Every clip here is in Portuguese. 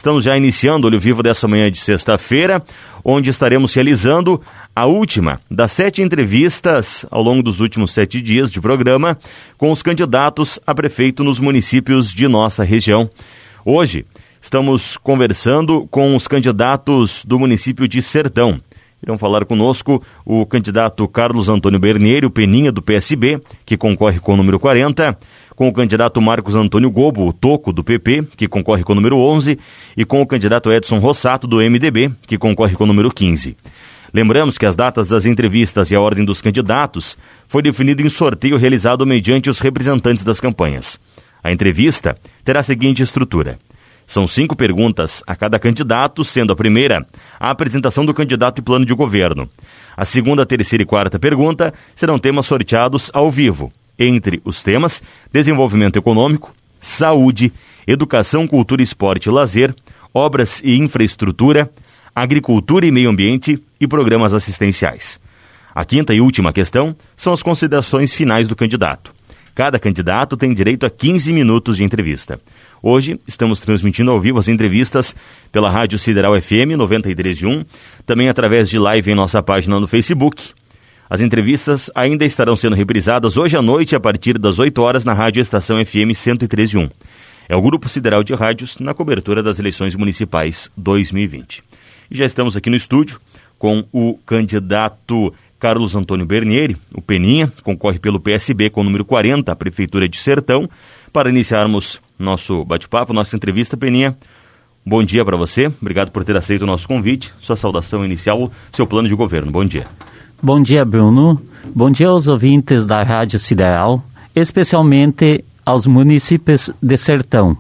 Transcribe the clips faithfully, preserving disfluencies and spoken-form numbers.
Estamos já iniciando o Olho Vivo dessa manhã de sexta-feira, onde estaremos realizando a última das sete entrevistas ao longo dos últimos sete dias de programa com os candidatos a prefeito nos municípios de nossa região. Hoje estamos conversando com os candidatos do município de Sertão. Irão falar conosco o candidato Carlos Antônio Bernieri, o Peninha do P S B, que concorre com o número quarenta, com o candidato Marcos Antônio Gobo, o Toco do P P, que concorre com o número onze, e com o candidato Edson Rossato do M D B, que concorre com o número quinze. Lembramos que as datas das entrevistas e a ordem dos candidatos foi definido em sorteio realizado mediante os representantes das campanhas. A entrevista terá a seguinte estrutura. São cinco perguntas a cada candidato, sendo a primeira a apresentação do candidato e plano de governo. A segunda, terceira e quarta pergunta serão temas sorteados ao vivo. Entre os temas, desenvolvimento econômico, saúde, educação, cultura, esporte e lazer, obras e infraestrutura, agricultura e meio ambiente e programas assistenciais. A quinta e última questão são as considerações finais do candidato. Cada candidato tem direito a quinze minutos de entrevista. Hoje estamos transmitindo ao vivo as entrevistas pela Rádio Sideral F M noventa e três ponto um, também através de live em nossa página no Facebook. As entrevistas ainda estarão sendo reprisadas hoje à noite a partir das oito horas na Rádio Estação F M cento e três ponto um. É o Grupo Sideral de Rádios na cobertura das eleições municipais dois mil e vinte. E já estamos aqui no estúdio com o candidato Carlos Antônio Bernieri, o Peninha, concorre pelo P S B com o número quarenta, a Prefeitura de Sertão. Para iniciarmos nosso bate-papo, nossa entrevista, Peninha, bom dia para você, obrigado por ter aceito o nosso convite, sua saudação inicial, seu plano de governo, bom dia. Bom dia, Bruno, bom dia aos ouvintes da Rádio Sideral, especialmente aos municípios de Sertão.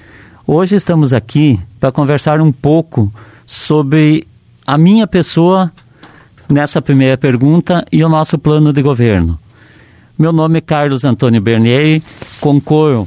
Hoje estamos aqui para conversar um pouco sobre a minha pessoa nessa primeira pergunta e o nosso plano de governo. Meu nome é Carlos Antônio Bernieri, concorro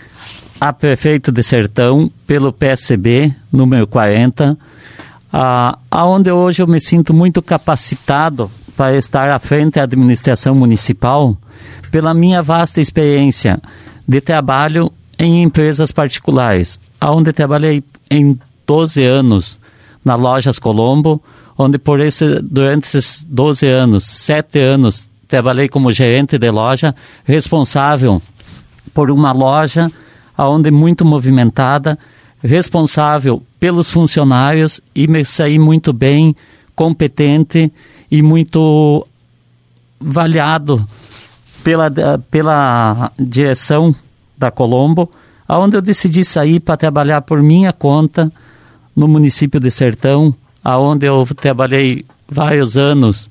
a prefeito de Sertão pelo P S B, número quarenta, ah, onde hoje eu me sinto muito capacitado para estar à frente da administração municipal pela minha vasta experiência de trabalho em empresas particulares, onde trabalhei em doze anos na Lojas Colombo, onde por esse, durante esses doze anos, sete anos, trabalhei como gerente de loja, responsável por uma loja onde muito movimentada, responsável pelos funcionários e me saí muito bem, competente e muito avaliado pela, pela direção da Colombo, onde eu decidi sair para trabalhar por minha conta no município de Sertão, onde eu trabalhei vários anos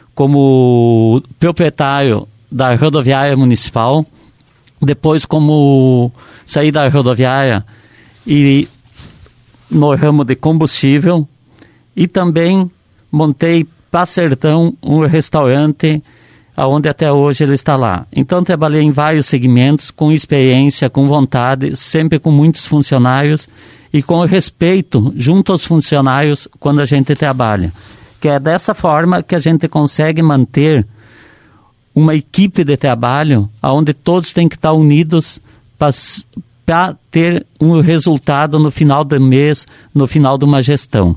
como proprietário da rodoviária municipal, depois como saí da rodoviária e no ramo de combustível, e também montei para Sertão um restaurante onde até hoje ele está lá. Então trabalhei em vários segmentos, com experiência, com vontade, sempre com muitos funcionários e com respeito junto aos funcionários quando a gente trabalha. Que é dessa forma que a gente consegue manter uma equipe de trabalho onde todos têm que estar unidos para ter um resultado no final do mês, no final de uma gestão.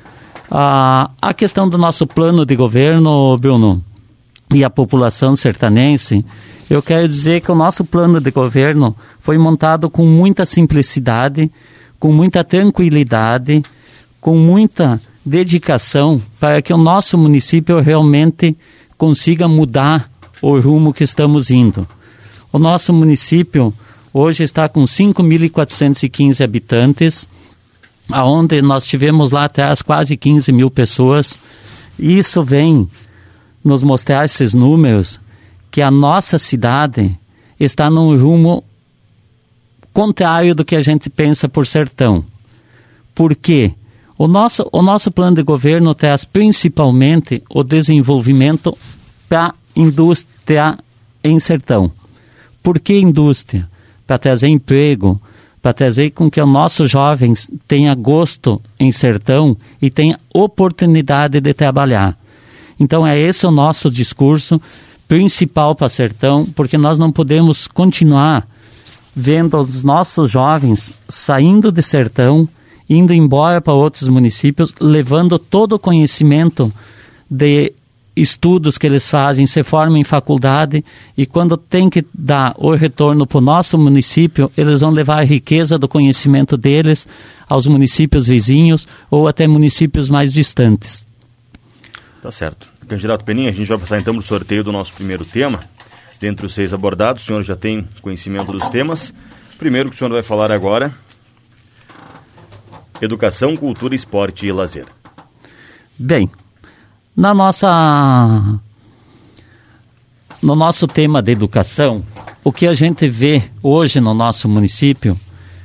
Ah, a questão do nosso plano de governo, Bruno, e a população sertanense, eu quero dizer que o nosso plano de governo foi montado com muita simplicidade, com muita tranquilidade, com muita dedicação para que o nosso município realmente consiga mudar o rumo que estamos indo. O nosso município hoje está com cinco mil quatrocentos e quinze habitantes, onde nós tivemos lá atrás quase quinze mil pessoas, e isso vem nos mostrar esses números, que a nossa cidade está num rumo contrário do que a gente pensa por Sertão. Por quê? O nosso, o nosso plano de governo traz principalmente o desenvolvimento para a indústria em Sertão. Por que indústria? Para trazer emprego, para trazer com que os nossos jovens tenham gosto em Sertão e tenham oportunidade de trabalhar. Então é esse o nosso discurso principal para Sertão, porque nós não podemos continuar vendo os nossos jovens saindo de Sertão indo embora para outros municípios, levando todo o conhecimento de estudos que eles fazem, se formam em faculdade, e quando tem que dar o retorno para o nosso município, eles vão levar a riqueza do conhecimento deles aos municípios vizinhos ou até municípios mais distantes. Tá certo. Candidato Peninha, a gente vai passar então para o sorteio do nosso primeiro tema. Dentre os seis abordados, o senhor já tem conhecimento dos temas. Primeiro que o senhor vai falar agora, educação, cultura, esporte e lazer. Bem, na nossa, no nosso tema de educação, o que a gente vê hoje no nosso município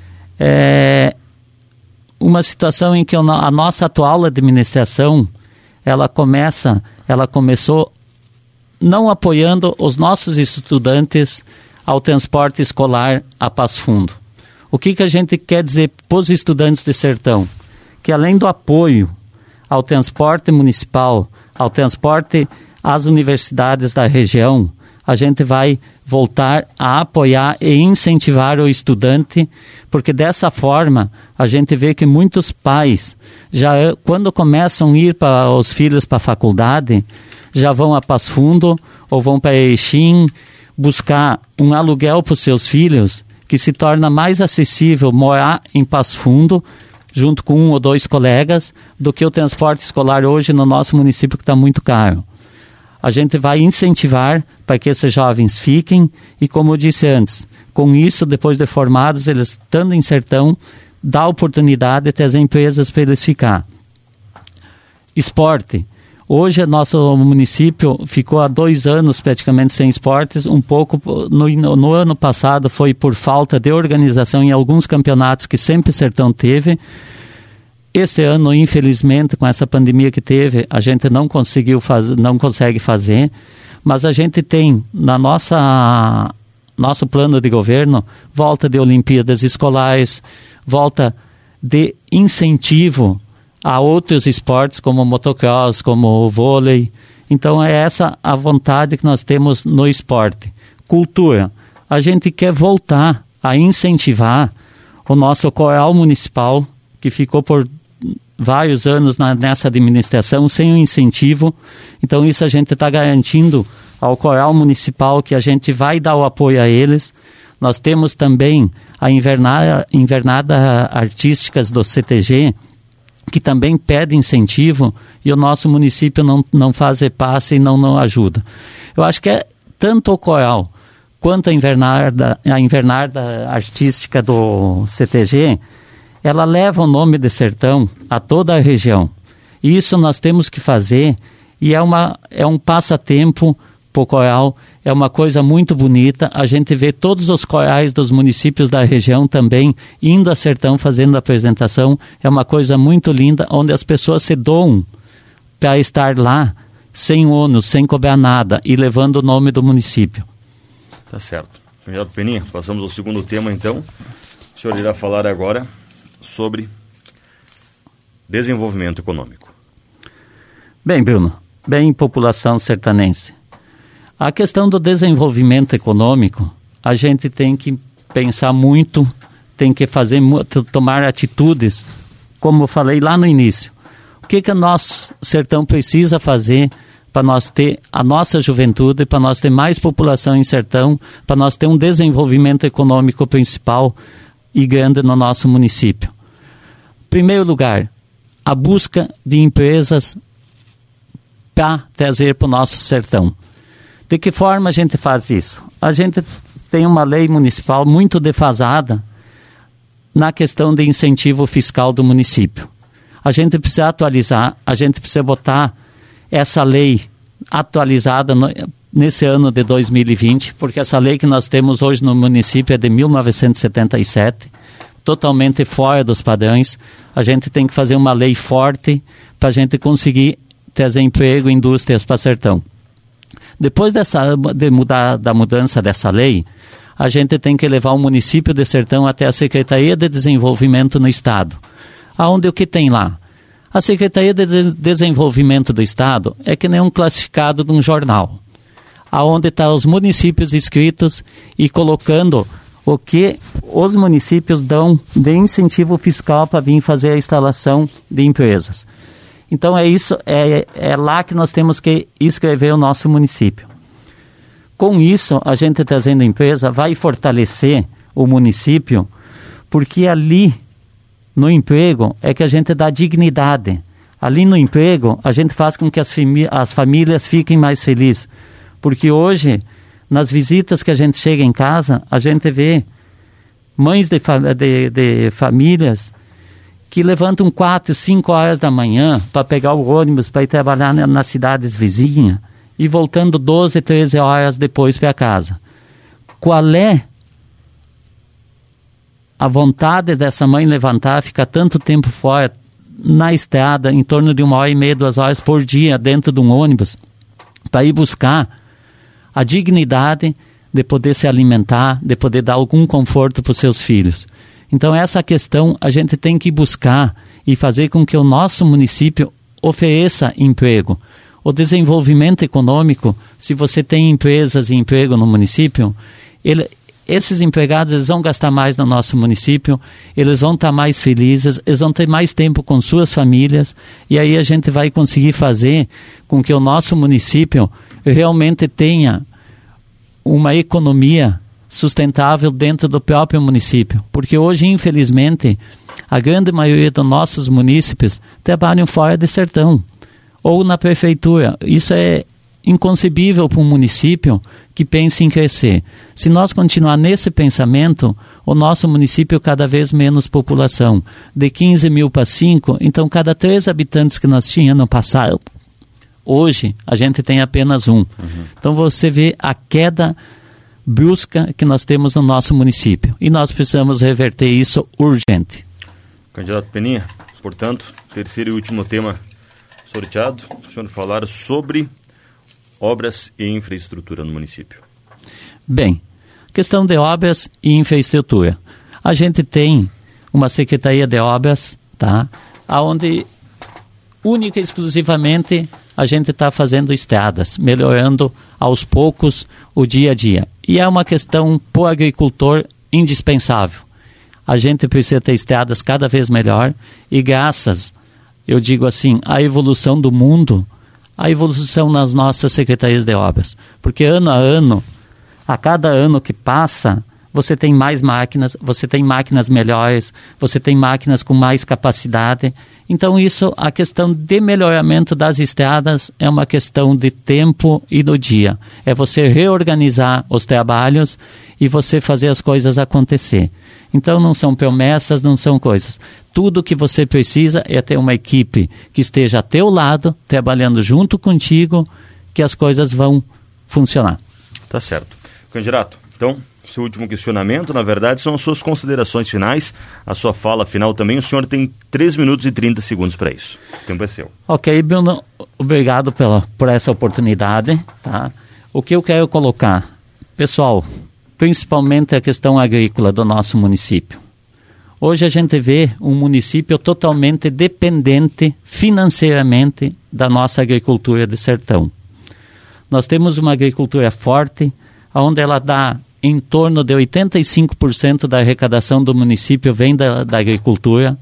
é uma situação em que a nossa atual administração, ela começa, ela começou não apoiando os nossos estudantes ao transporte escolar a Passo Fundo. O que, que a gente quer dizer para os estudantes de Sertão? Que além do apoio ao transporte municipal, ao transporte às universidades da região, a gente vai voltar a apoiar e incentivar o estudante, porque dessa forma a gente vê que muitos pais, já quando começam a ir para os filhos para a faculdade, já vão a Passo Fundo ou vão para Erechim buscar um aluguel para os seus filhos, que se torna mais acessível morar em Passo Fundo, junto com um ou dois colegas, do que o transporte escolar hoje no nosso município, que está muito caro. A gente vai incentivar para que esses jovens fiquem e, como eu disse antes, com isso, depois de formados, eles estando em Sertão, dá oportunidade de ter as empresas para eles ficar. Esporte. Hoje, nosso município ficou há dois anos praticamente sem esportes, um pouco no, no ano passado foi por falta de organização em alguns campeonatos que sempre Sertão teve. Este ano, infelizmente, com essa pandemia que teve, a gente não conseguiu fazer, não consegue fazer, mas a gente tem na nossa nosso plano de governo volta de Olimpíadas escolares, volta de incentivo a outros esportes como o motocross, como o vôlei. Então é essa a vontade que nós temos no esporte. Cultura. A gente quer voltar a incentivar o nosso coral municipal, que ficou por vários anos na, nessa administração sem o incentivo. Então isso a gente está garantindo ao coral municipal que a gente vai dar o apoio a eles. Nós temos também a invernada, invernada artísticas do C T G, que também pede incentivo, e o nosso município não, não faz repasse e não, não ajuda. Eu acho que é tanto o coral quanto a invernada, a invernada artística do C T G, ela leva o nome de Sertão a toda a região. E isso nós temos que fazer, e é, uma, é um passatempo para o coral, é uma coisa muito bonita. A gente vê todos os corais dos municípios da região também indo a Sertão fazendo a apresentação. É uma coisa muito linda, onde as pessoas se doam para estar lá sem ônus, sem cobrar nada e levando o nome do município. Tá certo. Candidato Peninha, passamos ao segundo tema então. O senhor irá falar agora sobre desenvolvimento econômico. Bem, Bruno, bem, população sertanense. A questão do desenvolvimento econômico, a gente tem que pensar muito, tem que fazer, tomar atitudes, como eu falei lá no início. O que que o nosso Sertão precisa fazer para nós ter a nossa juventude, para nós ter mais população em Sertão, para nós ter um desenvolvimento econômico principal e grande no nosso município? Em primeiro lugar, a busca de empresas para trazer para o nosso Sertão. De que forma a gente faz isso? A gente tem uma lei municipal muito defasada na questão de incentivo fiscal do município. A gente precisa atualizar, a gente precisa botar essa lei atualizada no, nesse ano de dois mil e vinte, porque essa lei que nós temos hoje no município é de mil novecentos e setenta e sete, totalmente fora dos padrões. A gente tem que fazer uma lei forte para a gente conseguir trazer emprego e indústrias para Sertão. Depois dessa, de mudar, da mudança dessa lei, a gente tem que levar o município de Sertão até a Secretaria de Desenvolvimento no Estado. Aonde o que tem lá? A Secretaria de Desenvolvimento do Estado é que nem um classificado de um jornal, aonde estão os municípios inscritos e colocando o que os municípios dão de incentivo fiscal para vir fazer a instalação de empresas. Então é isso, é, é lá que nós temos que inscrever o nosso município. Com isso, a gente trazendo empresa vai fortalecer o município, porque ali no emprego é que a gente dá dignidade. Ali no emprego a gente faz com que as, fami- as famílias fiquem mais felizes. Porque hoje, nas visitas que a gente chega em casa, a gente vê mães de, fa- de, de famílias que levantam quatro, cinco horas da manhã para pegar o ônibus para ir trabalhar na, nas cidades vizinhas e voltando doze, treze horas depois para casa. Qual é a vontade dessa mãe levantar, ficar tanto tempo fora na estrada, em torno de uma hora e meia, duas horas por dia, dentro de um ônibus, para ir buscar a dignidade de poder se alimentar, de poder dar algum conforto para os seus filhos. Então essa questão a gente tem que buscar e fazer com que o nosso município ofereça emprego. O desenvolvimento econômico, se você tem empresas e emprego no município, ele, esses empregados eles vão gastar mais no nosso município, eles vão estar mais felizes, eles vão ter mais tempo com suas famílias, e aí a gente vai conseguir fazer com que o nosso município realmente tenha uma economia sustentável dentro do próprio município. Porque hoje, infelizmente, a grande maioria dos nossos munícipes trabalham fora de sertão ou na prefeitura. Isso é inconcebível para um município que pense em crescer. Se nós continuar nesse pensamento, o nosso município cada vez menos população. De quinze mil para cinco, então cada três habitantes que nós tínhamos no passado, hoje a gente tem apenas um. Uhum. Então você vê a queda brusca que nós temos no nosso município. E nós precisamos reverter isso urgente. Candidato Peninha, portanto, terceiro e último tema sorteado, o senhor falar sobre obras e infraestrutura no município. Bem, questão de obras e infraestrutura. A gente tem uma Secretaria de Obras, tá? Onde única e exclusivamente a gente está fazendo estradas, melhorando aos poucos o dia a dia. E é uma questão para o agricultor indispensável. A gente precisa ter estradas cada vez melhor e graças, eu digo assim, à evolução do mundo, a evolução nas nossas secretarias de obras. Porque ano a ano, a cada ano que passa, você tem mais máquinas, você tem máquinas melhores, você tem máquinas com mais capacidade. Então isso, a questão de melhoramento das estradas é uma questão de tempo e do dia. É você reorganizar os trabalhos e você fazer as coisas acontecer. Então não são promessas, não são coisas. Tudo que você precisa é ter uma equipe que esteja a teu lado, trabalhando junto contigo, que as coisas vão funcionar. Tá certo. Candidato, então, seu último questionamento, na verdade, são as suas considerações finais, a sua fala final também. O senhor tem três minutos e trinta segundos para isso. O tempo é seu. Ok, Bruno, obrigado pela, por essa oportunidade. Tá? O que eu quero colocar, pessoal, principalmente a questão agrícola do nosso município. Hoje a gente vê um município totalmente dependente financeiramente da nossa agricultura de sertão. Nós temos uma agricultura forte, onde ela dá em torno de oitenta e cinco por cento da arrecadação do município vem da, da agricultura.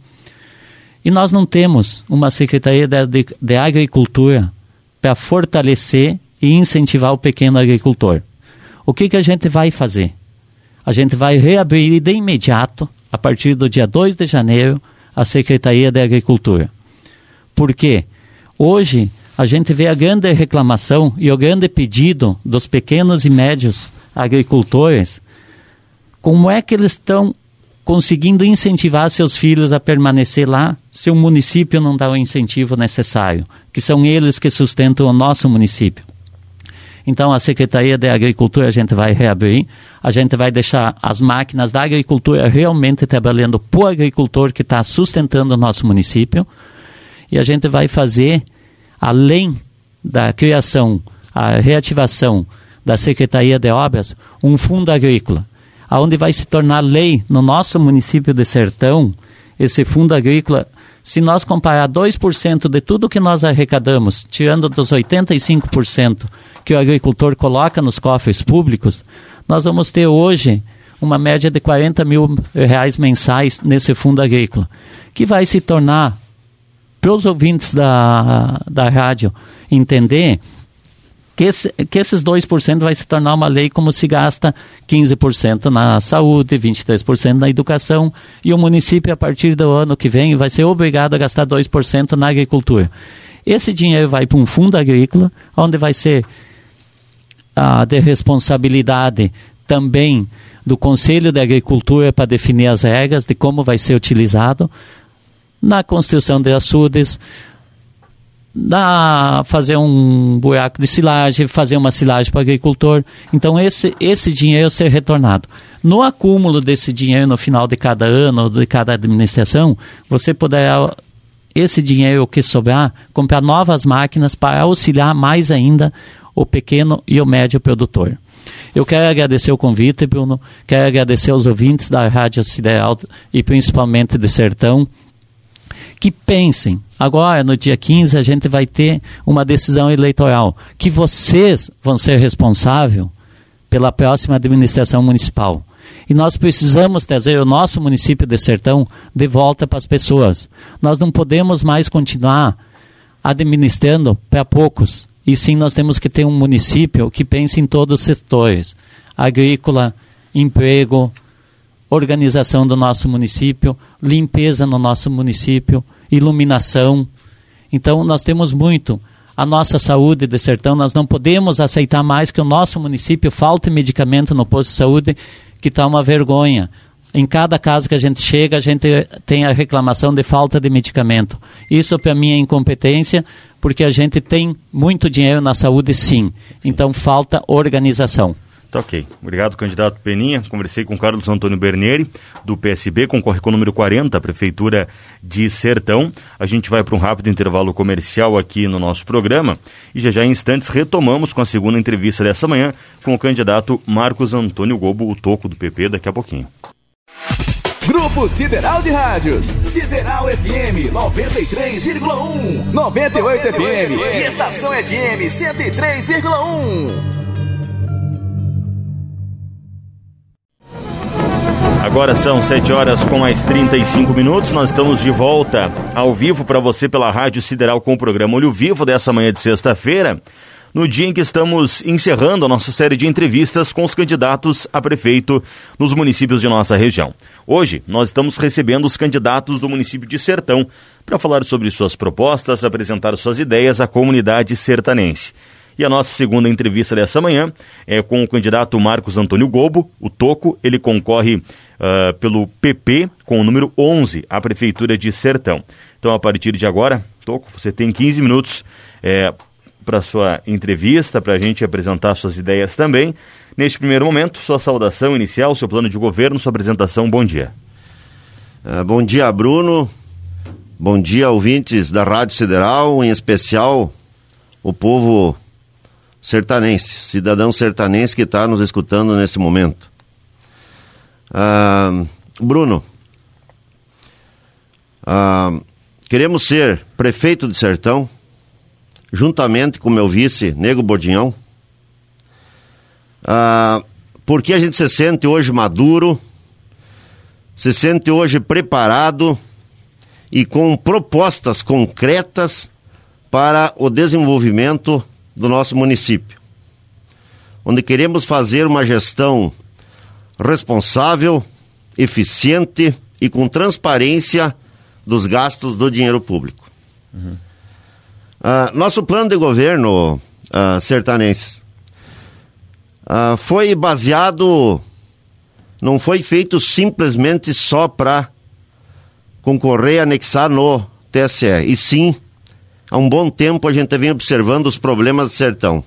E nós não temos uma Secretaria de, de, de Agricultura para fortalecer e incentivar o pequeno agricultor. O que, que a gente vai fazer? A gente vai reabrir de imediato, a partir do dia dois de janeiro, a Secretaria de Agricultura. Por quê? Hoje a gente vê a grande reclamação e o grande pedido dos pequenos e médios agricultores, como é que eles estão conseguindo incentivar seus filhos a permanecer lá se o município não dá o incentivo necessário, que são eles que sustentam o nosso município. Então a Secretaria de Agricultura a gente vai reabrir, a gente vai deixar as máquinas da agricultura realmente trabalhando para o agricultor que está sustentando o nosso município, e a gente vai fazer, além da criação, a reativação da Secretaria de Obras, um fundo agrícola, onde vai se tornar lei no nosso município de Sertão, esse fundo agrícola. Se nós comparar dois por cento de tudo que nós arrecadamos, tirando dos oitenta e cinco por cento que o agricultor coloca nos cofres públicos, nós vamos ter hoje uma média de quarenta mil reais mensais nesse fundo agrícola, que vai se tornar, para os ouvintes da, da rádio entender, que, esse, que esses dois por cento vai se tornar uma lei como se gasta quinze por cento na saúde, vinte e três por cento na educação, e o município, a partir do ano que vem, vai ser obrigado a gastar dois por cento na agricultura. Esse dinheiro vai para um fundo agrícola, onde vai ser a de responsabilidade também do Conselho de Agricultura para definir as regras de como vai ser utilizado na construção de açudes, na fazer um buraco de silagem, fazer uma silagem para o agricultor. Então esse, esse dinheiro ser retornado. No acúmulo desse dinheiro no final de cada ano, de cada administração, você poderá, esse dinheiro que sobrar, comprar novas máquinas para auxiliar mais ainda o pequeno e o médio produtor. Eu quero agradecer o convite, Bruno, quero agradecer aos ouvintes da Rádio Sideral e principalmente de Sertão, que pensem, agora no dia quinze a gente vai ter uma decisão eleitoral, que vocês vão ser responsáveis pela próxima administração municipal. E nós precisamos trazer o nosso município de Sertão de volta para as pessoas. Nós não podemos mais continuar administrando para poucos. E sim, nós temos que ter um município que pense em todos os setores. Agrícola, emprego, organização do nosso município, limpeza no nosso município, iluminação. Então, nós temos muito. A nossa saúde de Sertão, nós não podemos aceitar mais que o nosso município falte medicamento no posto de saúde, que está uma vergonha. Em cada casa que a gente chega, a gente tem a reclamação de falta de medicamento. Isso, para mim, é incompetência, porque a gente tem muito dinheiro na saúde, sim. Então, falta organização. Tá ok. Obrigado, candidato Peninha. Conversei com Carlos Antônio Bernieri, do P S B, concorre com o número quarenta, a Prefeitura de Sertão. A gente vai para um rápido intervalo comercial aqui no nosso programa e já já em instantes retomamos com a segunda entrevista dessa manhã com o candidato Marcos Antônio Gobo, o Toco do P P, daqui a pouquinho. Grupo Sideral de Rádios, Sideral F M noventa e três vírgula um, noventa e oito F M e Estação F M cento e três vírgula um. Agora são sete horas com mais trinta e cinco minutos, nós estamos de volta ao vivo para você pela Rádio Sideral com o programa Olho Vivo dessa manhã de sexta-feira, no dia em que estamos encerrando a nossa série de entrevistas com os candidatos a prefeito nos municípios de nossa região. Hoje, nós estamos recebendo os candidatos do município de Sertão para falar sobre suas propostas, apresentar suas ideias à comunidade sertanense. E a nossa segunda entrevista dessa manhã é com o candidato Marcos Antônio Gobo, o Toco. Ele concorre uh, pelo P P com o número onze, à Prefeitura de Sertão. Então, a partir de agora, Toco, você tem quinze minutos é, para sua entrevista, para a gente apresentar suas ideias também. Neste primeiro momento, sua saudação inicial, seu plano de governo, sua apresentação. Bom dia. Uh, bom dia, Bruno. Bom dia, ouvintes da Rádio Sideral, em especial o povo sertanense, cidadão sertanense que está nos escutando nesse momento. Uh, Bruno, uh, queremos ser prefeito de Sertão, juntamente com meu vice, Nego Bordinhão, uh, porque a gente se sente hoje maduro, se sente hoje preparado e com propostas concretas para o desenvolvimento do nosso município, onde queremos fazer uma gestão responsável, eficiente e com transparência dos gastos do dinheiro público. Uhum. Uh, nosso plano de governo uh, sertanense uh, foi baseado, não foi feito simplesmente só para concorrer e anexar no T S E, e sim, há um bom tempo a gente vem observando os problemas do sertão.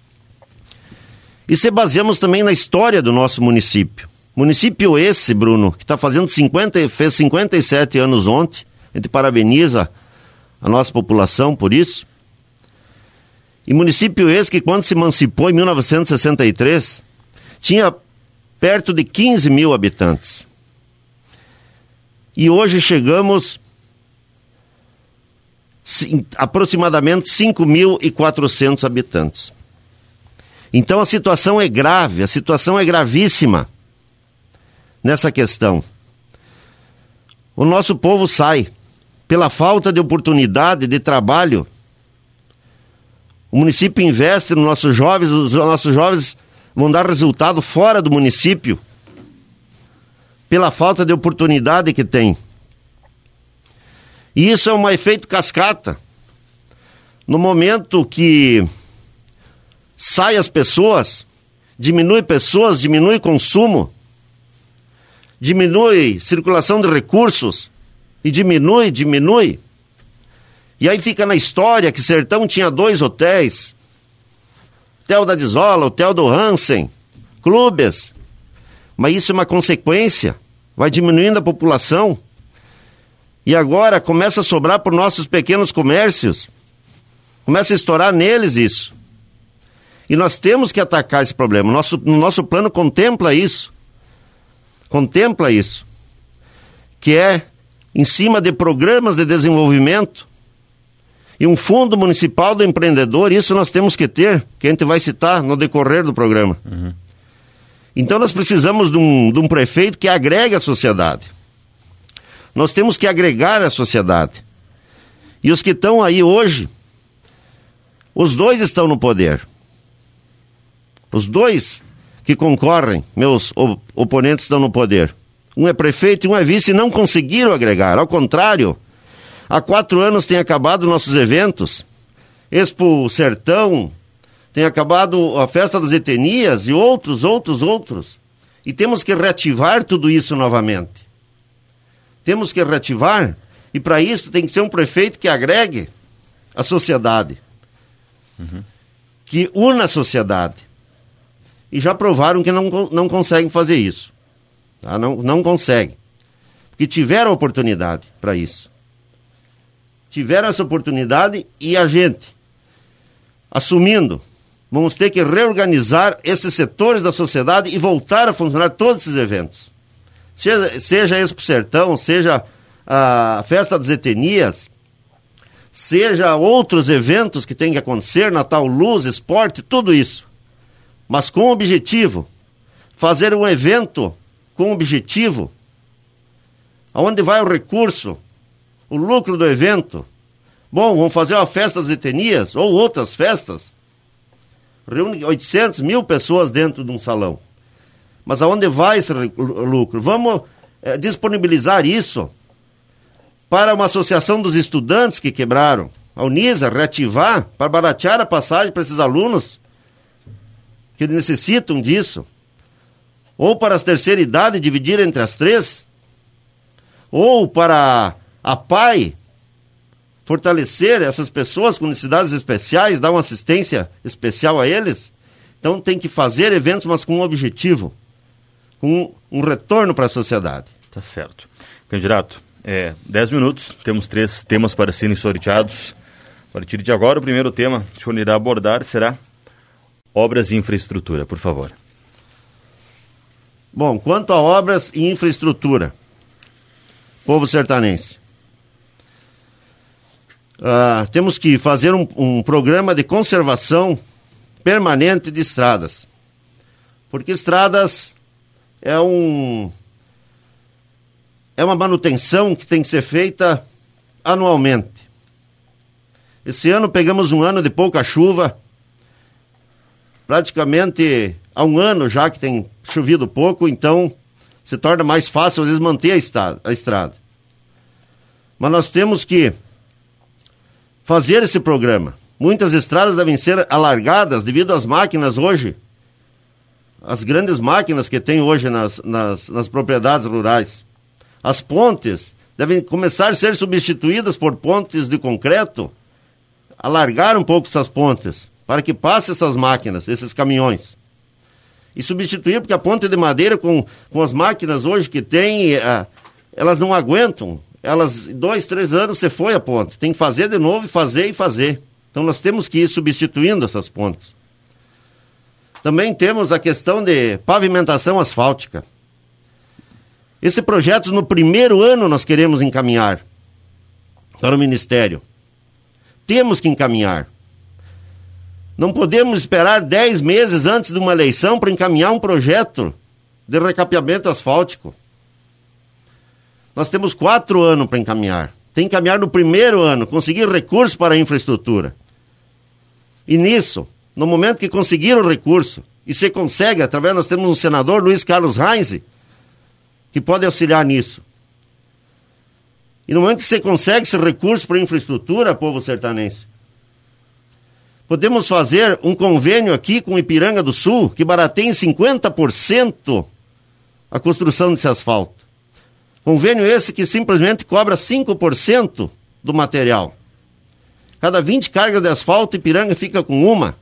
E se baseamos também na história do nosso município. Município esse, Bruno, que está fazendo cinquenta, fez cinquenta e sete anos ontem. A gente parabeniza a nossa população por isso. E município esse que, quando se emancipou em mil novecentos e sessenta e três, tinha perto de quinze mil habitantes. E hoje chegamos aproximadamente cinco mil e quatrocentos habitantes. Então a situação é grave, a situação é gravíssima. nessa questão. O nosso povo sai pela falta de oportunidade de trabalho. O município investe nos nossos jovens, os nossos jovens vão dar resultado fora do município pela falta de oportunidade que tem. E isso é um efeito cascata. No momento que saem as pessoas, diminui pessoas, diminui consumo, diminui circulação de recursos, e diminui, diminui. E aí fica na história que Sertão tinha dois hotéis, Hotel da Desola, Hotel do Hansen, clubes. Mas isso é uma consequência, vai diminuindo a população. E agora começa a sobrar por nossos pequenos comércios. Começa a estourar neles isso. E nós temos que atacar esse problema. O nosso, o nosso plano contempla isso. Contempla isso. Que é em cima de programas de desenvolvimento e um fundo municipal do empreendedor. Isso nós temos que ter, que a gente vai citar no decorrer do programa. Uhum. Então nós precisamos de um, de um prefeito que agregue a sociedade. Nós temos que agregar a sociedade. E os que estão aí hoje, os dois estão no poder. Os dois que concorrem, meus op- oponentes estão no poder. Um é prefeito e um é vice e não conseguiram agregar. Ao contrário, há quatro anos tem acabado nossos eventos. Expo Sertão, tem acabado a Festa das Etnias e outros, outros, outros. E temos que reativar tudo isso novamente. Temos que reativar, e para isso tem que ser um prefeito que agregue a sociedade. Uhum. Que una a sociedade. E já provaram que não, não conseguem fazer isso. Tá? Não, não conseguem. Porque tiveram oportunidade para isso. Tiveram essa oportunidade e a gente, assumindo, vamos ter que reorganizar esses setores da sociedade e voltar a funcionar todos esses eventos. Seja, seja Expo Sertão, seja a Festa das Etnias, seja outros eventos que tem que acontecer, Natal Luz, esporte, tudo isso. Mas com o objetivo, fazer um evento com objetivo, aonde vai o recurso, o lucro do evento. Bom, vamos fazer uma festa das etnias ou outras festas. Reúne oitocentas mil pessoas dentro de um salão. Mas aonde vai esse lucro? Vamos é, disponibilizar isso para uma associação dos estudantes que quebraram. A Unisa, reativar, para baratear a passagem para esses alunos que necessitam disso. Ou para as terceira idade, dividir entre as três. Ou para a P A I, fortalecer essas pessoas com necessidades especiais, dar uma assistência especial a eles. Então tem que fazer eventos, mas com um objetivo, com um, um retorno para a sociedade. Tá certo. Candidato, é, dez minutos, temos três temas para serem sorteados. A partir de agora, o primeiro tema que o senhor irá abordar será obras e infraestrutura, por favor. Bom, quanto a obras e infraestrutura, povo sertanense, uh, temos que fazer um, um programa de conservação permanente de estradas, porque estradas é um é uma manutenção que tem que ser feita anualmente. Esse ano pegamos um ano de pouca chuva, praticamente há um ano já que tem chovido pouco, então se torna mais fácil às vezes manter a estrada, a estrada. Mas nós temos que fazer esse programa. Muitas estradas devem ser alargadas devido às máquinas hoje, as grandes máquinas que tem hoje nas, nas, nas propriedades rurais. As pontes devem começar a ser substituídas por pontes de concreto, alargar um pouco essas pontes, para que passe essas máquinas, esses caminhões. E substituir, porque a ponte de madeira com, com as máquinas hoje que tem, uh, elas não aguentam. Elas, dois, três anos você foi a ponte. Tem que fazer de novo, fazer e fazer. Então nós temos que ir substituindo essas pontes. Também temos a questão de pavimentação asfáltica. Esse projeto no primeiro ano nós queremos encaminhar para o Ministério. Temos que encaminhar. Não podemos esperar dez meses antes de uma eleição para encaminhar um projeto de recapeamento asfáltico. Nós temos quatro anos para encaminhar. Tem que encaminhar no primeiro ano, conseguir recurso para a infraestrutura. E nisso, no momento que conseguir o recurso, e se consegue, através, nós temos um senador, Luiz Carlos Reis, que pode auxiliar nisso. E no momento que você consegue esse recurso para a infraestrutura, povo sertanense, podemos fazer um convênio aqui com Ipiranga do Sul, que barateia em cinquenta por cento a construção desse asfalto. Convênio esse que simplesmente cobra cinco por cento do material. Cada vinte cargas de asfalto, Ipiranga fica com uma.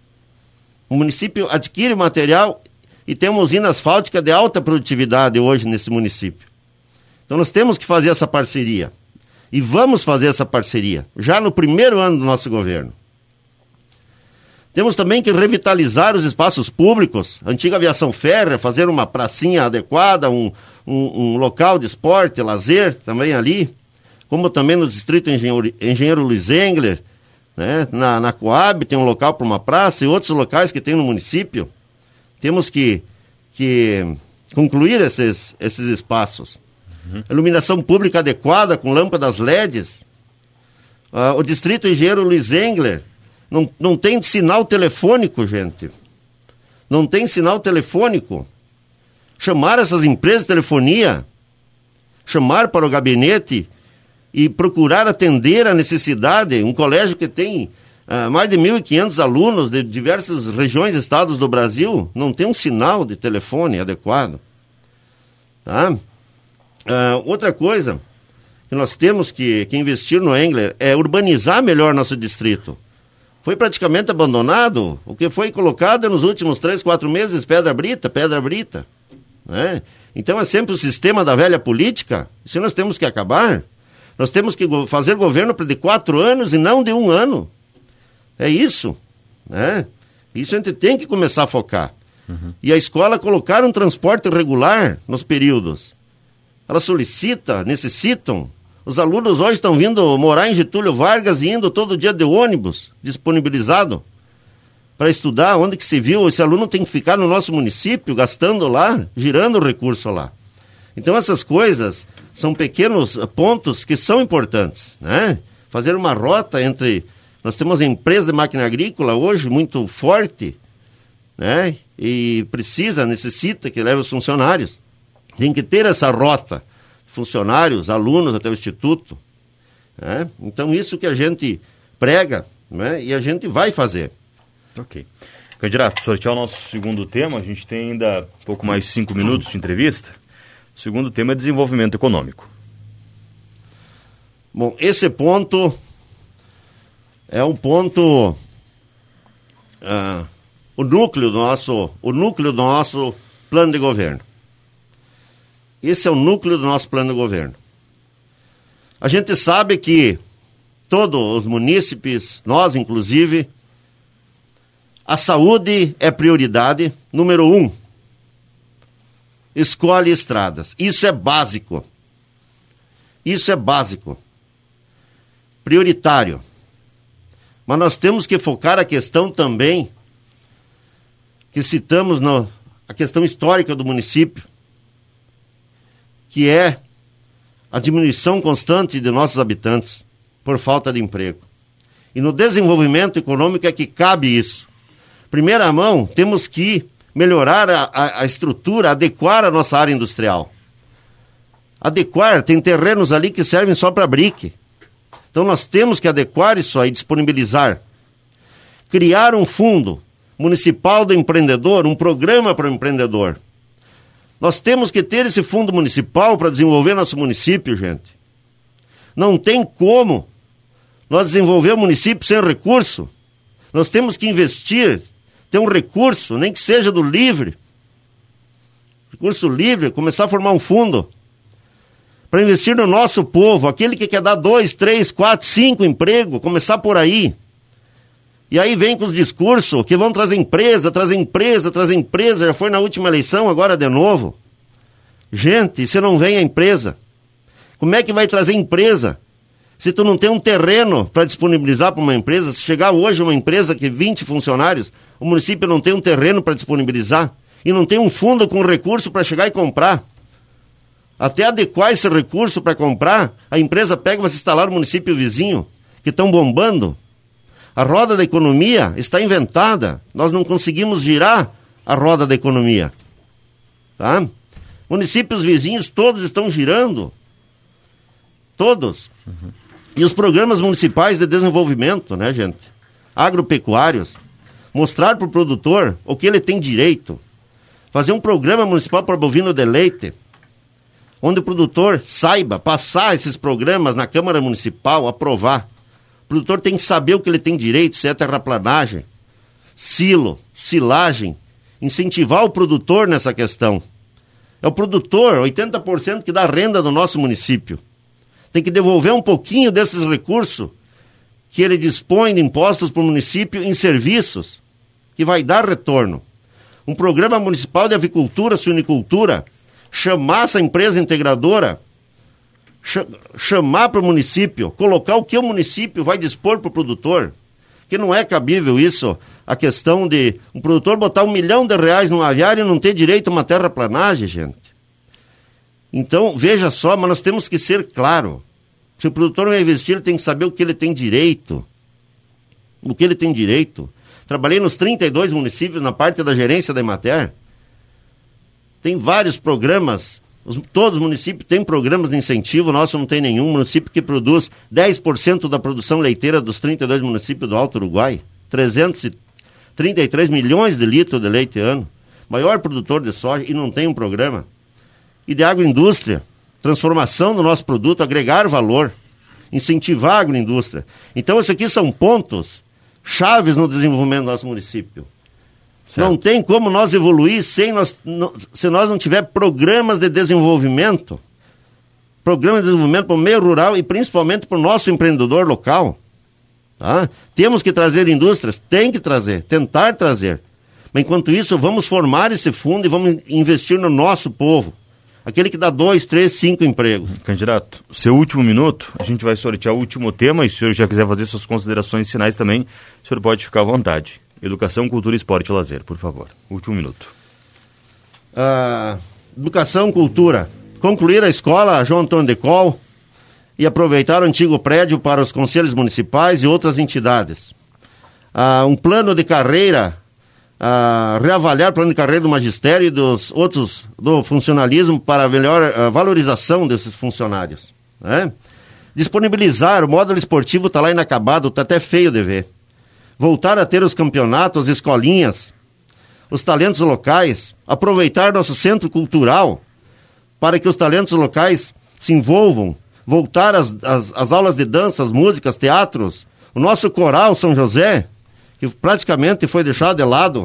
O município adquire o material e tem uma usina asfáltica de alta produtividade hoje nesse município. Então nós temos que fazer essa parceria. E vamos fazer essa parceria, já no primeiro ano do nosso governo. Temos também que revitalizar os espaços públicos, a antiga aviação férrea, fazer uma pracinha adequada, um, um, um local de esporte, lazer também ali, como também no distrito Engenheiro, Engenheiro Luiz Engler, né? na, na Coab tem um local para uma praça e outros locais que tem no município. Temos que, que concluir esses, esses espaços. Uhum. Iluminação pública adequada, com lâmpadas L E Ds. Uh, o distrito Engenheiro Luiz Engler, Não, não tem sinal telefônico, gente. Não tem sinal telefônico. Chamar essas empresas de telefonia, chamar para o gabinete e procurar atender a necessidade. Um colégio que tem uh, mais de mil e quinhentos alunos de diversas regiões e estados do Brasil, não tem um sinal de telefone adequado. Tá? Uh, outra coisa que nós temos que, que investir no Engler é urbanizar melhor nosso distrito. Foi praticamente abandonado. O que foi colocado nos últimos três, quatro meses, pedra brita, pedra brita. Né? Então é sempre o sistema da velha política. Isso nós temos que acabar. Nós temos que go- fazer governo de quatro anos e não de um ano. É isso. Né? Isso a gente tem que começar a focar. Uhum. E a escola colocar um transporte regular nos períodos. Ela solicita, necessitam. Os alunos hoje estão vindo morar em Getúlio Vargas e indo todo dia de ônibus disponibilizado para estudar. Onde que se viu? Esse aluno tem que ficar no nosso município, gastando lá, girando o recurso lá. Então essas coisas são pequenos pontos que são importantes, né? Fazer uma rota entre... Nós temos a empresa de máquina agrícola hoje muito forte, né? E precisa, necessita que leve os funcionários. Tem que ter essa rota. Funcionários, alunos até o Instituto. Né? Então, isso que a gente prega, né? E a gente vai fazer. Ok. Candidato, sortear o nosso segundo tema, a gente tem ainda um pouco mais de cinco minutos de entrevista. O segundo tema é desenvolvimento econômico. Bom, esse ponto é um ponto, uh, o núcleo do nosso, o núcleo do nosso plano de governo. Esse é o núcleo do nosso plano de governo. A gente sabe que todos os munícipes, nós inclusive, a saúde é prioridade número um. Escolhe estradas. Isso é básico. Isso é básico. Prioritário. Mas nós temos que focar a questão também, que citamos no, a questão histórica do município, que é a diminuição constante de nossos habitantes por falta de emprego. E no desenvolvimento econômico é que cabe isso. Primeira mão, temos que melhorar a, a, a estrutura, adequar a nossa área industrial. Adequar, tem terrenos ali que servem só para brique. Então nós temos que adequar isso aí, disponibilizar. Criar um fundo municipal do empreendedor, um programa para o empreendedor. Nós temos que ter esse fundo municipal para desenvolver nosso município, gente. Não tem como nós desenvolver o município sem recurso. Nós temos que investir, ter um recurso, nem que seja do livre. Recurso livre, começar a formar um fundo para investir no nosso povo, aquele que quer dar dois, três, quatro, cinco empregos, começar por aí. E aí vem com os discursos que vão trazer empresa, trazer empresa, trazer empresa, já foi na última eleição, agora de novo. Gente, se não vem a empresa, como é que vai trazer empresa? Se tu não tem um terreno para disponibilizar para uma empresa, se chegar hoje uma empresa que vinte funcionários, o município não tem um terreno para disponibilizar, e não tem um fundo com recurso para chegar e comprar. Até adequar esse recurso para comprar, a empresa pega e vai se instalar no município vizinho, que estão bombando. A roda da economia está inventada. Nós não conseguimos girar a roda da economia. Tá? Municípios vizinhos todos estão girando. Todos. Uhum. E os programas municipais de desenvolvimento, né, gente? Agropecuários. Mostrar para o produtor o que ele tem direito. Fazer um programa municipal para bovino de leite, onde o produtor saiba passar esses programas na Câmara Municipal, aprovar. O produtor tem que saber o que ele tem direito, se é terraplanagem, silo, silagem, incentivar o produtor nessa questão. É o produtor, oitenta por cento, que dá renda no nosso município. Tem que devolver um pouquinho desses recursos que ele dispõe de impostos para o município em serviços, que vai dar retorno. Um programa municipal de avicultura, suinicultura, chamar essa empresa integradora, ch- chamar para o município, colocar o que o município vai dispor para o produtor, que não é cabível isso, a questão de um produtor botar um milhão de reais num aviário e não ter direito a uma terraplanagem, gente. Então, veja só, mas nós temos que ser claro. Se o produtor vai investir, ele tem que saber o que ele tem direito. O que ele tem direito. Trabalhei nos trinta e dois municípios na parte da gerência da Emater. Tem vários programas, os, todos os municípios têm programas de incentivo, o nosso não tem nenhum. Município que produz dez por cento da produção leiteira dos trinta e dois municípios do Alto Uruguai, trezentos e trinta e três milhões de litros de leite ano, maior produtor de soja e não tem um programa. E de agroindústria, transformação do nosso produto, agregar valor, incentivar a agroindústria. Então, esses aqui são pontos chaves no desenvolvimento do nosso município. Certo. Não tem como nós evoluir sem nós, não, se nós não tiver programas de desenvolvimento, programas de desenvolvimento para o meio rural e principalmente para o nosso empreendedor local. Tá? Temos que trazer indústrias, tem que trazer, tentar trazer. Mas enquanto isso, vamos formar esse fundo e vamos investir no nosso povo. Aquele que dá dois, três, cinco empregos. Candidato, seu último minuto, a gente vai sortear o último tema, e se o senhor já quiser fazer suas considerações finais também, o senhor pode ficar à vontade. Educação, cultura, esporte e lazer, por favor. Último minuto. Uh, educação, cultura. Concluir a escola João Antônio de Col e aproveitar o antigo prédio para os conselhos municipais e outras entidades. Uh, um plano de carreira, uh, reavaliar o plano de carreira do magistério e dos outros, do funcionalismo para a melhor uh, valorização desses funcionários. Né? Disponibilizar, o módulo esportivo está lá inacabado, está até feio de ver. Voltar a ter os campeonatos, as escolinhas, os talentos locais, aproveitar nosso centro cultural para que os talentos locais se envolvam, voltar às, às, às aulas de dança, as músicas, teatros, o nosso coral São José, que praticamente foi deixado de lado,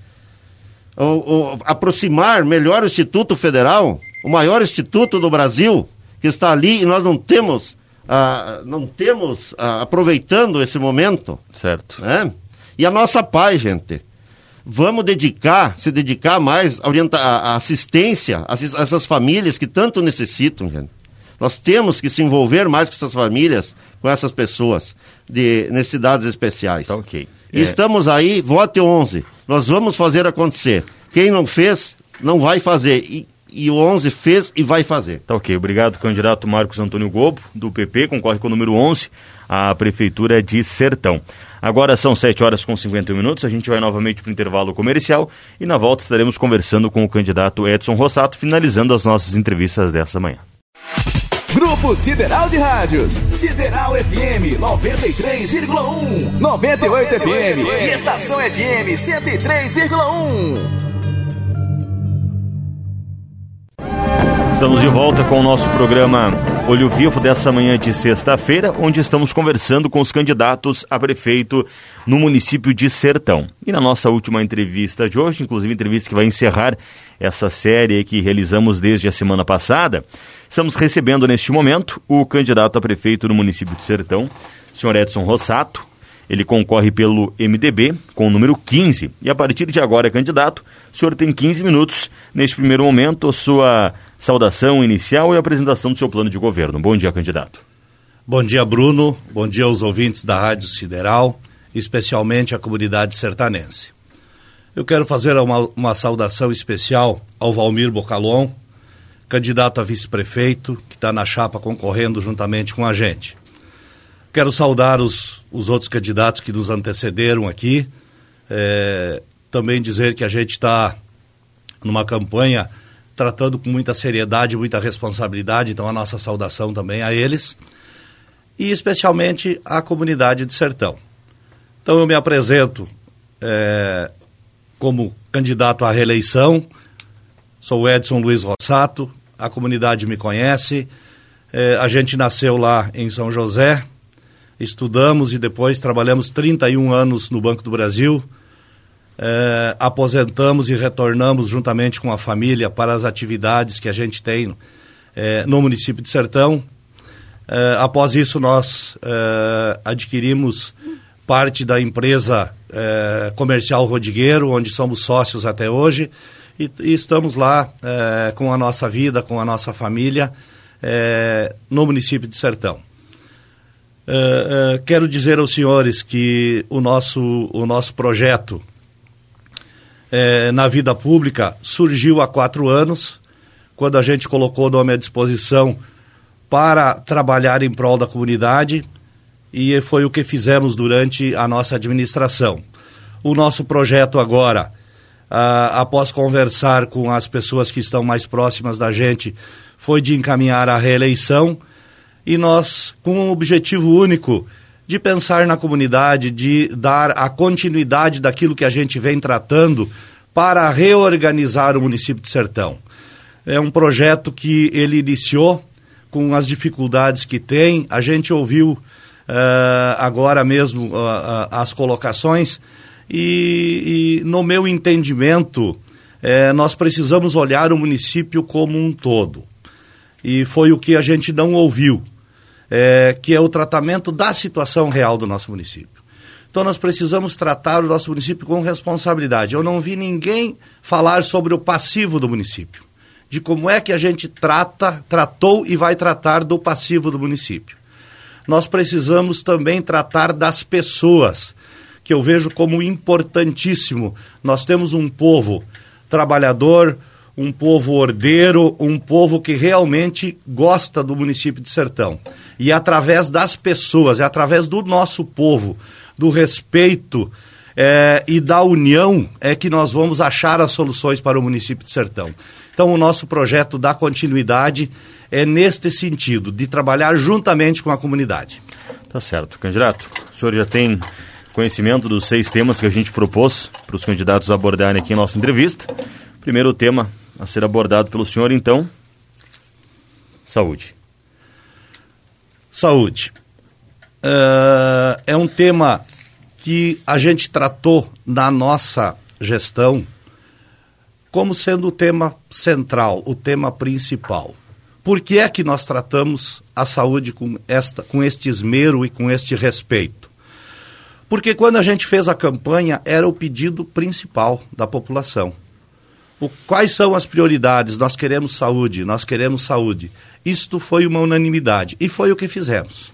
o, o, aproximar melhor o Instituto Federal, o maior instituto do Brasil, que está ali e nós não temos... Ah, não temos ah, aproveitando esse momento. Certo. Né? E a nossa paz, gente. Vamos dedicar, se dedicar mais a, orienta- a assistência a essas famílias que tanto necessitam, gente. Nós temos que se envolver mais com essas famílias, com essas pessoas de necessidades especiais. Tá, ok. E é... estamos aí, vote onze. Nós vamos fazer acontecer. Quem não fez, não vai fazer. E E o onze fez e vai fazer. Tá ok, obrigado, candidato Marcos Antônio Gobo, do P P, concorre com o número onze, a Prefeitura de Sertão. Agora são sete horas com cinquenta e um minutos, a gente vai novamente para o intervalo comercial e na volta estaremos conversando com o candidato Edson Rossato, finalizando as nossas entrevistas dessa manhã. Grupo Sideral de Rádios, Sideral F M noventa e três vírgula um, noventa e oito F M e Estação F M cento e três vírgula um. Estamos de volta com o nosso programa Olho Vivo dessa manhã de sexta-feira, onde estamos conversando com os candidatos a prefeito no município de Sertão. E na nossa última entrevista de hoje, inclusive entrevista que vai encerrar essa série que realizamos desde a semana passada, estamos recebendo neste momento o candidato a prefeito no município de Sertão, o senhor Edson Rossato. Ele concorre pelo M D B com o número quinze. E a partir de agora, candidato, o senhor tem quinze minutos, neste primeiro momento, a sua saudação inicial e apresentação do seu plano de governo. Bom dia, candidato. Bom dia, Bruno. Bom dia aos ouvintes da Rádio Sideral, especialmente a comunidade sertanense. Eu quero fazer uma, uma saudação especial ao Valmir Bocalon, candidato a vice-prefeito, que está na chapa concorrendo juntamente com a gente. Quero saudar os, os outros candidatos que nos antecederam aqui, é, também dizer que a gente está numa campanha tratando com muita seriedade, muita responsabilidade, então a nossa saudação também a eles, e especialmente à comunidade de Sertão. Então eu me apresento é, como candidato à reeleição, sou Edson Luiz Rossato, a comunidade me conhece, é, a gente nasceu lá em São José, estudamos e depois trabalhamos trinta e um anos no Banco do Brasil, é, aposentamos e retornamos juntamente com a família para as atividades que a gente tem é, no município de Sertão. É, após isso nós é, adquirimos parte da empresa é, comercial Rodrigueiro, onde somos sócios até hoje, e, e estamos lá é, com a nossa vida, com a nossa família é, no município de Sertão. Uh, uh, quero dizer aos senhores que o nosso, o nosso projeto eh, na vida pública surgiu há quatro anos, quando a gente colocou o nome à disposição para trabalhar em prol da comunidade, e foi o que fizemos durante a nossa administração. O nosso projeto agora, uh, após conversar com as pessoas que estão mais próximas da gente, foi de encaminhar a reeleição, e nós, com um objetivo único de pensar na comunidade, de dar a continuidade daquilo que a gente vem tratando para reorganizar o município de Sertão. É um projeto que ele iniciou com as dificuldades que tem, a gente ouviu uh, agora mesmo uh, uh, as colocações e, e no meu entendimento, uh, nós precisamos olhar o município como um todo. E foi o que a gente não ouviu. É, que é o tratamento da situação real do nosso município. Então nós precisamos tratar o nosso município com responsabilidade. Eu não vi ninguém falar sobre o passivo do município, de como é que a gente trata, tratou e vai tratar do passivo do município. Nós precisamos também tratar das pessoas, que eu vejo como importantíssimo. Nós temos um povo trabalhador, um povo ordeiro, um povo que realmente gosta do município de Sertão. E através das pessoas, é através do nosso povo, do respeito é, e da união, é que nós vamos achar as soluções para o município de Sertão. Então o nosso projeto da continuidade é neste sentido, de trabalhar juntamente com a comunidade. Tá certo. Candidato, o senhor já tem conhecimento dos seis temas que a gente propôs para os candidatos abordarem aqui em nossa entrevista. Primeiro tema a ser abordado pelo senhor, então, saúde. Saúde. Uh, é um tema que a gente tratou na nossa gestão como sendo o tema central, o tema principal. Por que é que nós tratamos a saúde com, esta, com este esmero e com este respeito? Porque quando a gente fez a campanha, era o pedido principal da população. O, quais são as prioridades? Nós queremos saúde, nós queremos saúde. Isto foi uma unanimidade e foi o que fizemos.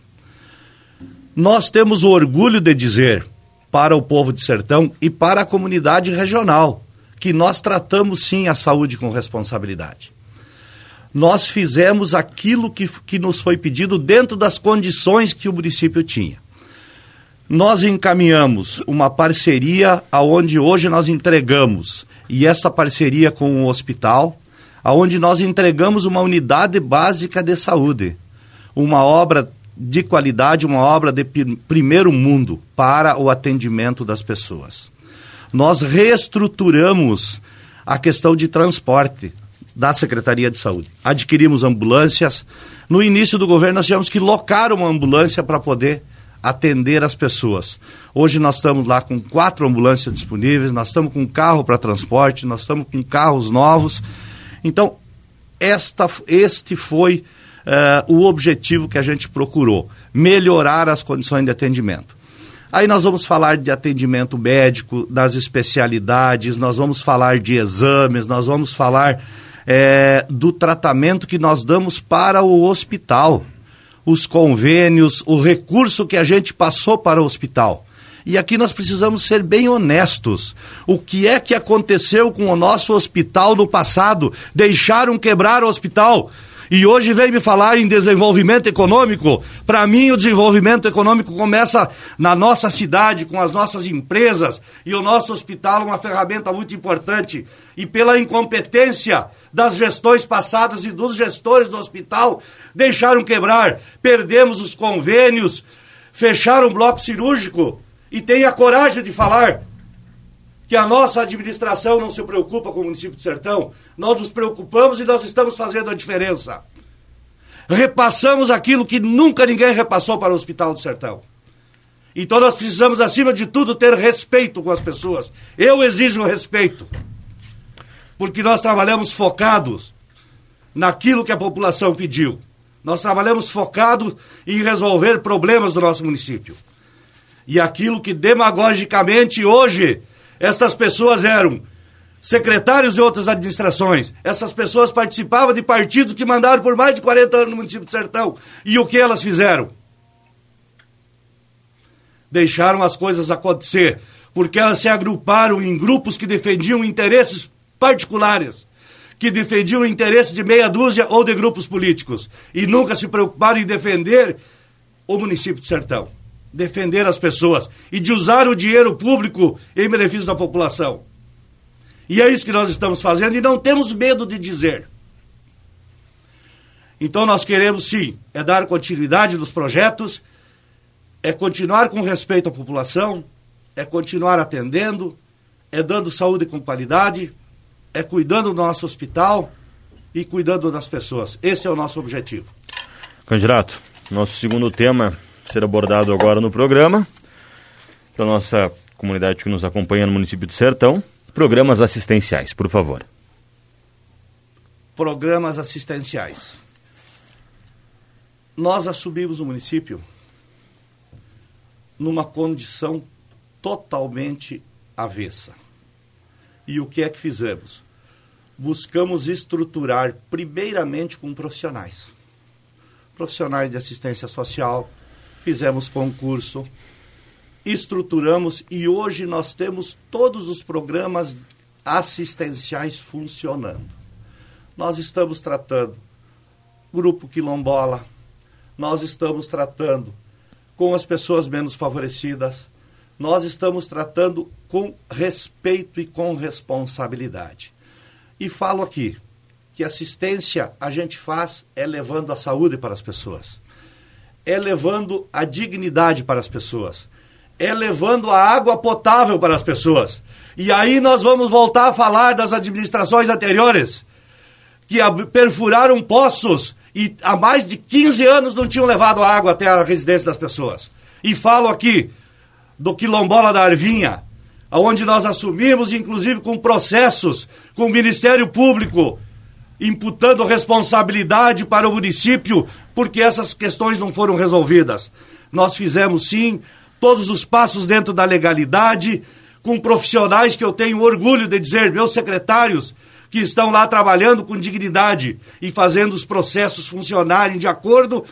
Nós temos o orgulho de dizer para o povo de Sertão e para a comunidade regional que nós tratamos sim a saúde com responsabilidade. Nós fizemos aquilo que, que nos foi pedido dentro das condições que o município tinha. Nós encaminhamos uma parceria aonde hoje nós entregamos, e esta parceria com o hospital, aonde nós entregamos uma unidade básica de saúde, uma obra de qualidade, uma obra de primeiro mundo para o atendimento das pessoas. Nós reestruturamos a questão de transporte da Secretaria de Saúde. Adquirimos ambulâncias. No início do governo nós tivemos que locar uma ambulância para poder atender as pessoas. Hoje nós estamos lá com quatro ambulâncias disponíveis, nós estamos com carro para transporte, nós estamos com carros novos. Então, esta, este foi uh, o objetivo que a gente procurou, melhorar as condições de atendimento. Aí nós vamos falar de atendimento médico, das especialidades, nós vamos falar de exames, nós vamos falar é, do tratamento que nós damos para o hospital, os convênios, o recurso que a gente passou para o hospital. E aqui nós precisamos ser bem honestos. O que é que aconteceu com o nosso hospital no passado? Deixaram quebrar o hospital. E hoje vem me falar em desenvolvimento econômico. Para mim, o desenvolvimento econômico começa na nossa cidade, com as nossas empresas. E o nosso hospital é uma ferramenta muito importante. E pela incompetência das gestões passadas e dos gestores do hospital, deixaram quebrar. Perdemos os convênios, fecharam o bloco cirúrgico. E tem a coragem de falar que a nossa administração não se preocupa com o município de Sertão. Nós nos preocupamos e nós estamos fazendo a diferença. Repassamos aquilo que nunca ninguém repassou para o Hospital do Sertão. Então nós precisamos, acima de tudo, ter respeito com as pessoas. Eu exijo respeito. Porque nós trabalhamos focados naquilo que a população pediu. Nós trabalhamos focados em resolver problemas do nosso município. E aquilo que demagogicamente hoje estas pessoas eram secretários de outras administrações. Essas pessoas participavam de partidos que mandaram por mais de quarenta anos no município de Sertão. E o que elas fizeram? Deixaram as coisas acontecer. Porque elas se agruparam em grupos que defendiam interesses particulares. Que defendiam o interesse de meia dúzia ou de grupos políticos. E nunca se preocuparam em defender o município de Sertão. Defender as pessoas e de usar o dinheiro público em benefício da população. E é isso que nós estamos fazendo e não temos medo de dizer. Então nós queremos sim, é dar continuidade nos projetos, é continuar com respeito à população, é continuar atendendo, é dando saúde com qualidade, é cuidando do nosso hospital e cuidando das pessoas. Esse é o nosso objetivo. Candidato, nosso segundo tema ser abordado agora no programa, para a nossa comunidade que nos acompanha no município de Sertão, programas assistenciais, por favor. Programas assistenciais. Nós assumimos o município numa condição totalmente avessa. E o que é que fizemos? Buscamos estruturar primeiramente com profissionais. Profissionais de assistência social. Fizemos concurso, estruturamos e hoje nós temos todos os programas assistenciais funcionando. Nós estamos tratando grupo quilombola, nós estamos tratando com as pessoas menos favorecidas, nós estamos tratando com respeito e com responsabilidade. E falo aqui que assistência a gente faz é levando a saúde para as pessoas. É levando a dignidade para as pessoas. É levando a água potável para as pessoas. E aí nós vamos voltar a falar das administrações anteriores, que perfuraram poços e há mais de quinze anos não tinham levado água até a residência das pessoas. E falo aqui do quilombola da Arvinha, onde nós assumimos, inclusive com processos, com o Ministério Público, imputando responsabilidade para o município, porque essas questões não foram resolvidas. Nós fizemos, sim, todos os passos dentro da legalidade, com profissionais que eu tenho orgulho de dizer, meus secretários, que estão lá trabalhando com dignidade e fazendo os processos funcionarem de acordo,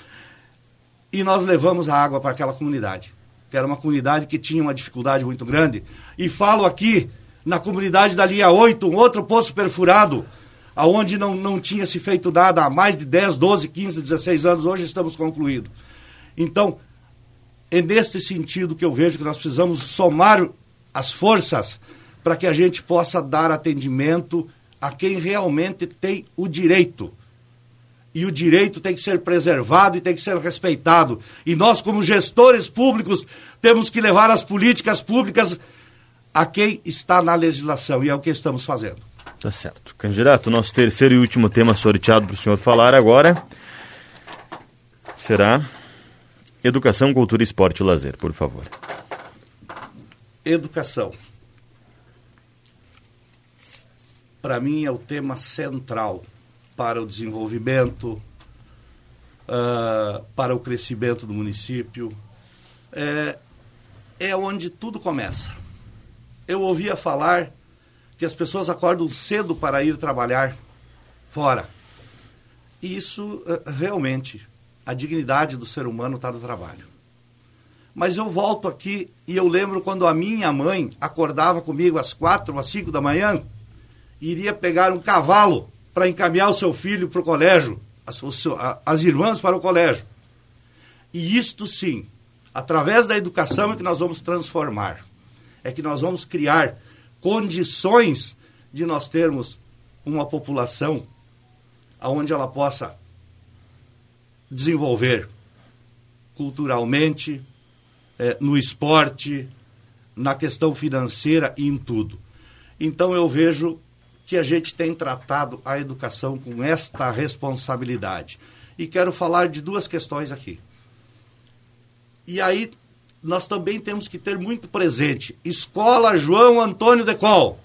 e nós levamos a água para aquela comunidade, que era uma comunidade que tinha uma dificuldade muito grande. E falo aqui, na comunidade da linha oito, um outro poço perfurado, aonde não, não tinha se feito nada há mais de dez, doze, quinze, dezesseis anos, hoje estamos concluídos. Então, é nesse sentido que eu vejo que nós precisamos somar as forças para que a gente possa dar atendimento a quem realmente tem o direito. E o direito tem que ser preservado e tem que ser respeitado. E nós, como gestores públicos, temos que levar as políticas públicas a quem está na legislação, e é o que estamos fazendo. Tá certo. Candidato, nosso terceiro e último tema sorteado para o senhor falar agora será educação, cultura, esporte e lazer, por favor. Educação. Para mim é o tema central para o desenvolvimento, uh, para o crescimento do município. É, é onde tudo começa. Eu ouvia falar que as pessoas acordam cedo para ir trabalhar fora. E isso, realmente, a dignidade do ser humano está no trabalho. Mas eu volto aqui e eu lembro quando a minha mãe acordava comigo às quatro, às cinco da manhã, e iria pegar um cavalo para encaminhar o seu filho para o colégio, as, as irmãs para o colégio. E isto sim, através da educação é que nós vamos transformar, é que nós vamos criar condições de nós termos uma população onde ela possa desenvolver culturalmente, é, no esporte, na questão financeira e em tudo. Então eu vejo que a gente tem tratado a educação com esta responsabilidade. E quero falar de duas questões aqui. E aí nós também temos que ter muito presente. Escola João Antônio Decol.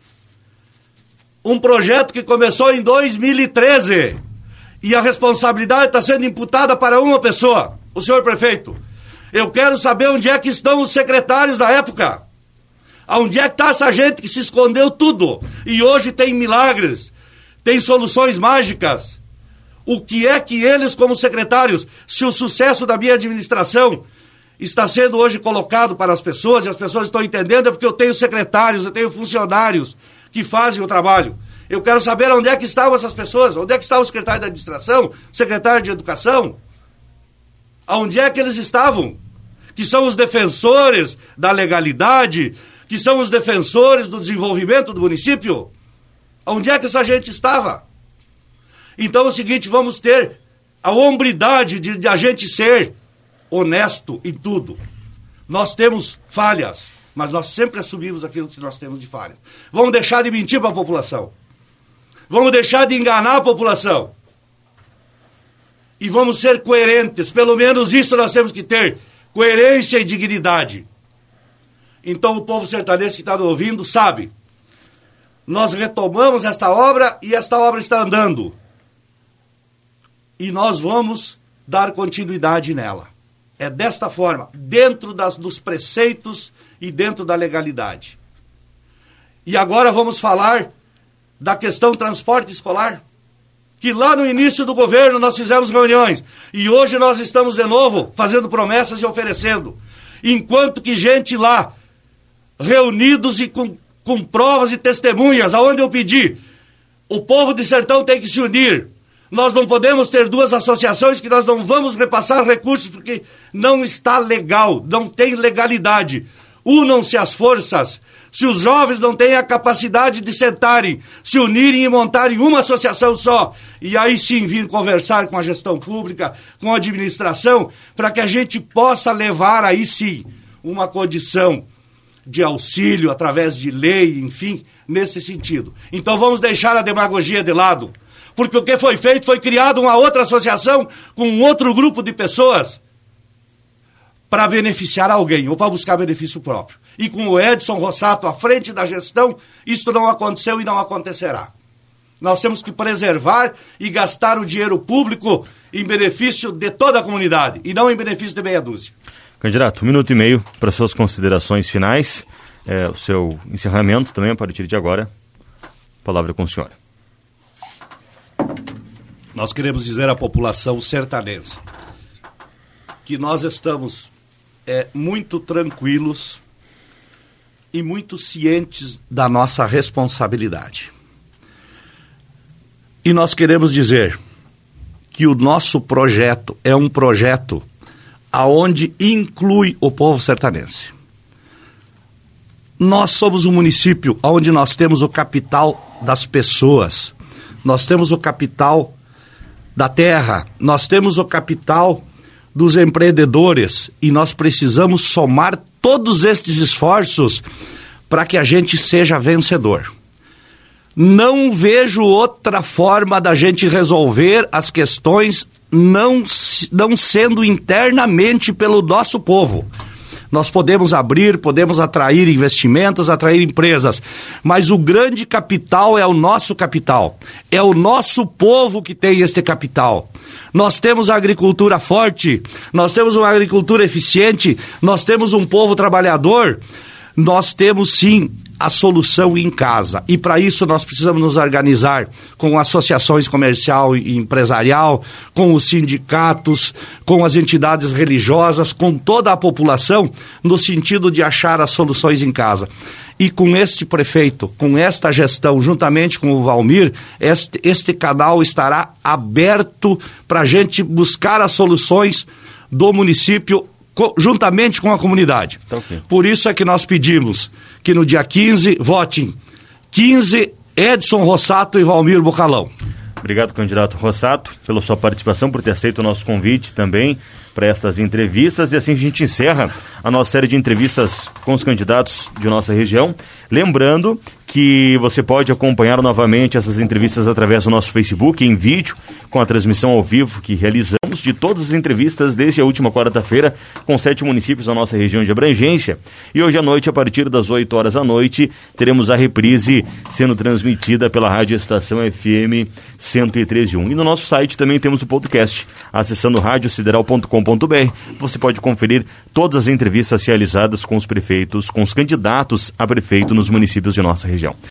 Um projeto que começou em dois mil e treze. E a responsabilidade está sendo imputada para uma pessoa, o senhor prefeito. Eu quero saber onde é que estão os secretários da época. Onde é que está essa gente que se escondeu tudo? E hoje tem milagres, tem soluções mágicas. O que é que eles, como secretários, se o sucesso da minha administração está sendo hoje colocado para as pessoas, e as pessoas estão entendendo, é porque eu tenho secretários, eu tenho funcionários que fazem o trabalho. Eu quero saber onde é que estavam essas pessoas, onde é que está o secretário da administração, secretário de educação, onde é que eles estavam, que são os defensores da legalidade, que são os defensores do desenvolvimento do município. Onde é que essa gente estava? Então é o seguinte, vamos ter a hombridade de, de a gente ser honesto em tudo. Nós temos falhas, mas nós sempre assumimos aquilo que nós temos de falha. Vamos deixar de mentir para a população. Vamos deixar de enganar a população. E vamos ser coerentes. Pelo menos isso nós temos que ter. Coerência e dignidade. Então o povo sertanejo que está nos ouvindo sabe. Nós retomamos esta obra e esta obra está andando. E nós vamos dar continuidade nela. É desta forma, dentro das, dos preceitos e dentro da legalidade. E agora vamos falar da questão transporte escolar, que lá no início do governo nós fizemos reuniões, e hoje nós estamos de novo fazendo promessas e oferecendo. Enquanto que gente lá, reunidos e com, com provas e testemunhas, aonde eu pedi, o povo de Sertão tem que se unir. Nós não podemos ter duas associações que nós não vamos repassar recursos porque não está legal, não tem legalidade. Unam-se as forças. Se os jovens não têm a capacidade de sentarem, se unirem e montarem uma associação só, e aí sim vir conversar com a gestão pública, com a administração, para que a gente possa levar aí sim uma condição de auxílio através de lei, enfim, nesse sentido. Então vamos deixar a demagogia de lado. Porque o que foi feito foi criado uma outra associação com um outro grupo de pessoas para beneficiar alguém ou para buscar benefício próprio. E com o Edson Rossato à frente da gestão, isso não aconteceu e não acontecerá. Nós temos que preservar e gastar o dinheiro público em benefício de toda a comunidade e não em benefício de meia dúzia. Candidato, um minuto e meio para suas considerações finais, é, o seu encerramento também a partir de agora. Palavra com o senhor. Nós queremos dizer à população sertanense que nós estamos é, muito tranquilos e muito cientes da nossa responsabilidade. E nós queremos dizer que o nosso projeto é um projeto aonde inclui o povo sertanense. Nós somos um município onde nós temos o capital das pessoas, nós temos o capital da terra, nós temos o capital dos empreendedores e nós precisamos somar todos estes esforços para que a gente seja vencedor. Não vejo outra forma da gente resolver as questões não, não sendo internamente pelo nosso povo. Nós podemos abrir, podemos atrair investimentos, atrair empresas, mas o grande capital é o nosso capital. É o nosso povo que tem este capital. Nós temos a agricultura forte, nós temos uma agricultura eficiente, nós temos um povo trabalhador. nós temos sim a solução em casa, e para isso nós precisamos nos organizar com associações comercial e empresarial, com os sindicatos, com as entidades religiosas, com toda a população, no sentido de achar as soluções em casa. E com este prefeito, com esta gestão, juntamente com o Valmir, este, este canal estará aberto para a gente buscar as soluções do município juntamente com a comunidade. Okay. Por isso é que nós pedimos que no dia quinze votem quinze Edson Rossato e Valmir Bocalão. Obrigado, candidato Rossato, pela sua participação, por ter aceito o nosso convite também para estas entrevistas. E assim a gente encerra a nossa série de entrevistas com os candidatos de nossa região. Lembrando que você pode acompanhar novamente essas entrevistas através do nosso Facebook, em vídeo, com a transmissão ao vivo que realizamos de todas as entrevistas desde a última quarta-feira, com sete municípios da nossa região de abrangência. E hoje à noite, a partir das oito horas da noite, teremos a reprise sendo transmitida pela Rádio Estação F M cento e três ponto um. E no nosso site também temos o podcast. Acessando rádio sideral ponto com ponto b r, você pode conferir todas as entrevistas realizadas com os prefeitos, com os candidatos a prefeito nos municípios de nossa região.